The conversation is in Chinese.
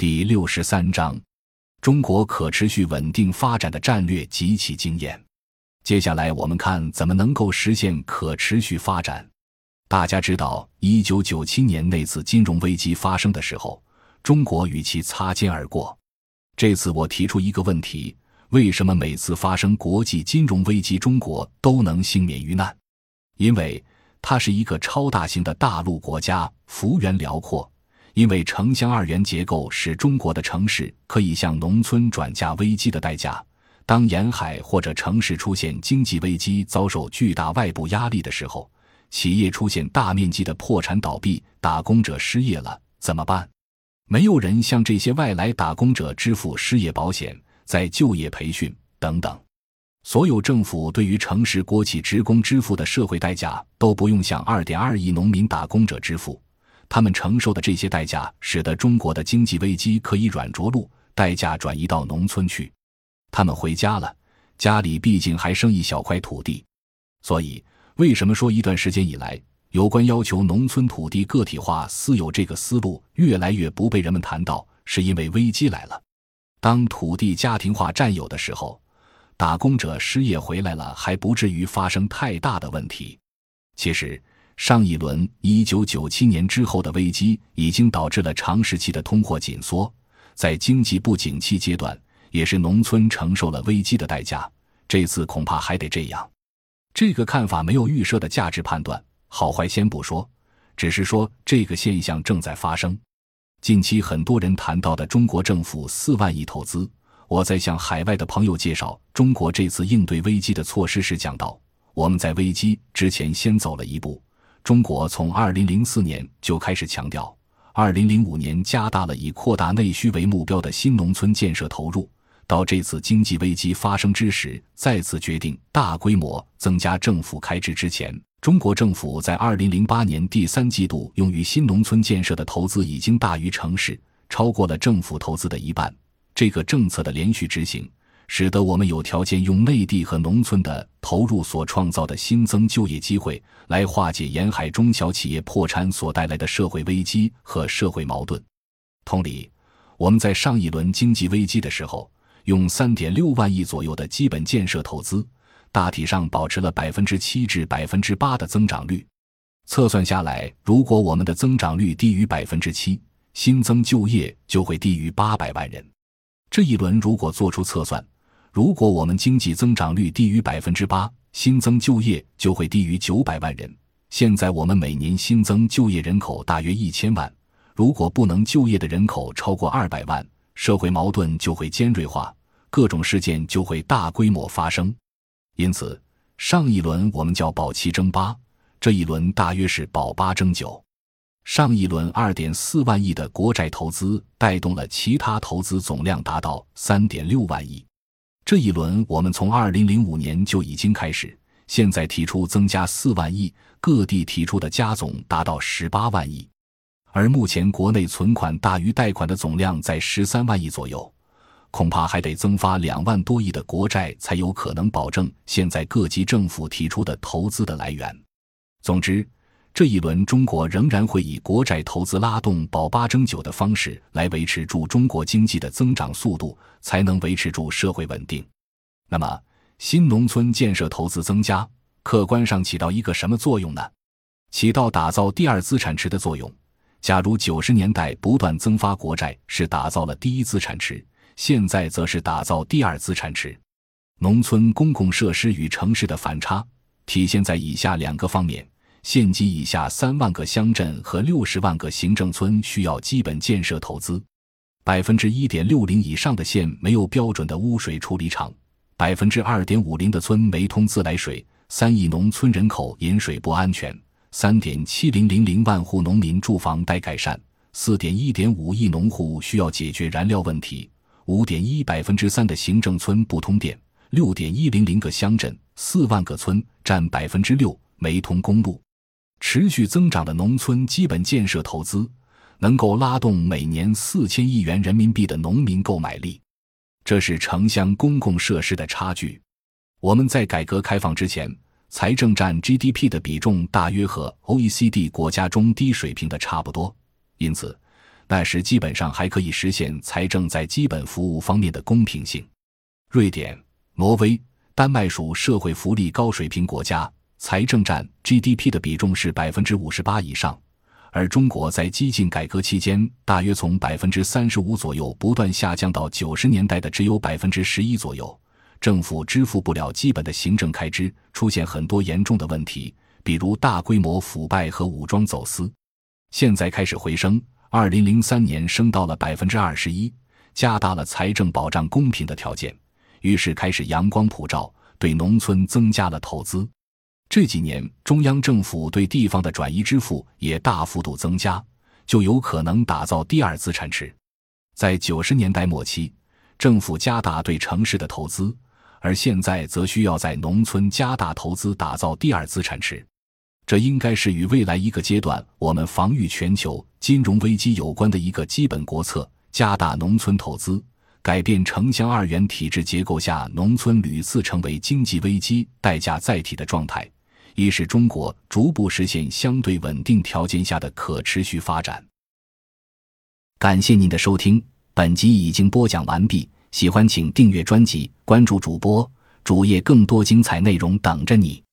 第63章，中国可持续稳定发展的战略及其经验。接下来我们看怎么能够实现可持续发展。大家知道1997年那次金融危机发生的时候，中国与其擦肩而过。这次我提出一个问题，为什么每次发生国际金融危机中国都能幸免于难？因为它是一个超大型的大陆国家，幅员辽阔，因为城乡二元结构使中国的城市可以向农村转嫁危机的代价。当沿海或者城市出现经济危机，遭受巨大外部压力的时候，企业出现大面积的破产倒闭，打工者失业了，怎么办？没有人向这些外来打工者支付失业保险、再就业培训等等。所有政府对于城市国企职工支付的社会代价都不用向 2.2 亿农民打工者支付，他们承受的这些代价使得中国的经济危机可以软着陆，代价转移到农村去。他们回家了，家里毕竟还剩一小块土地。所以为什么说一段时间以来，有关要求农村土地个体化私有这个思路越来越不被人们谈到，是因为危机来了。当土地家庭化占有的时候，打工者失业回来了，还不至于发生太大的问题。其实上一轮1997年之后的危机已经导致了长时期的通货紧缩，在经济不景气阶段，也是农村承受了危机的代价，这次恐怕还得这样。这个看法没有预设的价值判断，好坏先不说，只是说这个现象正在发生。近期很多人谈到的中国政府4万亿投资，我在向海外的朋友介绍中国这次应对危机的措施时讲到，我们在危机之前先走了一步。中国从2004年就开始强调，2005年加大了以扩大内需为目标的新农村建设投入，到这次经济危机发生之时，再次决定大规模增加政府开支之前，中国政府在2008年第3季度用于新农村建设的投资已经大于城市，超过了政府投资的一半。这个政策的连续执行，使得我们有条件用内地和农村的投入所创造的新增就业机会，来化解沿海中小企业破产所带来的社会危机和社会矛盾。同理，我们在上一轮经济危机的时候，用 3.6 万亿左右的基本建设投资，大体上保持了 7% 至 8% 的增长率。测算下来，如果我们的增长率低于 7%， 新增就业就会低于800万人。这一轮如果做出测算，如果我们经济增长率低于 8%， 新增就业就会低于900万人。现在我们每年新增就业人口大约1000万，如果不能就业的人口超过200万，社会矛盾就会尖锐化，各种事件就会大规模发生。因此上一轮我们叫保7争8，这一轮大约是保8争9。上一轮 2.4 万亿的国债投资带动了其他投资总量达到 3.6 万亿。这一轮我们从2005年就已经开始，现在提出增加4万亿，各地提出的加总达到18万亿。而目前国内存款大于贷款的总量在13万亿左右，恐怕还得增发2万多亿的国债才有可能保证现在各级政府提出的投资的来源。总之，这一轮中国仍然会以国债投资拉动保8争9的方式来维持住中国经济的增长速度，才能维持住社会稳定。那么新农村建设投资增加，客观上起到一个什么作用呢？起到打造第二资产池的作用。假如90年代不断增发国债是打造了第一资产池，现在则是打造第二资产池。农村公共设施与城市的反差体现在以下2个方面。县级以下3万个乡镇和60万个行政村需要基本建设投资， 1.60% 以上的县没有标准的污水处理厂， 2.50% 的村没通自来水，3亿农村人口饮水不安全， 3.7000万户农民住房待改善， 4.15 亿农户需要解决燃料问题， 5.1% 的行政村不通电， 6.100个乡镇4万个村占 6% 没通公路。持续增长的农村基本建设投资能够拉动每年4000亿元人民币的农民购买力，这是城乡公共设施的差距。我们在改革开放之前，财政占 GDP 的比重大约和 OECD 国家中低水平的差不多，因此那时基本上还可以实现财政在基本服务方面的公平性。瑞典、挪威、丹麦属社会福利高水平国家，财政占 GDP 的比重是 58% 以上，而中国在激进改革期间大约从 35% 左右不断下降到90年代的只有 11% 左右，政府支付不了基本的行政开支，出现很多严重的问题，比如大规模腐败和武装走私。现在开始回升，2003年升到了 21%， 加大了财政保障公平的条件，于是开始阳光普照，对农村增加了投资。这几年中央政府对地方的转移支付也大幅度增加，就有可能打造第二资产池。在90年代末期，政府加大对城市的投资，而现在则需要在农村加大投资，打造第二资产池。这应该是与未来一个阶段我们防御全球金融危机有关的一个基本国策，加大农村投资，改变城乡二元体制结构下农村屡次成为经济危机代价载体的状态，以使中国逐步实现相对稳定条件下的可持续发展。感谢您的收听，本集已经播讲完毕，喜欢请订阅专辑，关注主播，主页更多精彩内容等着你。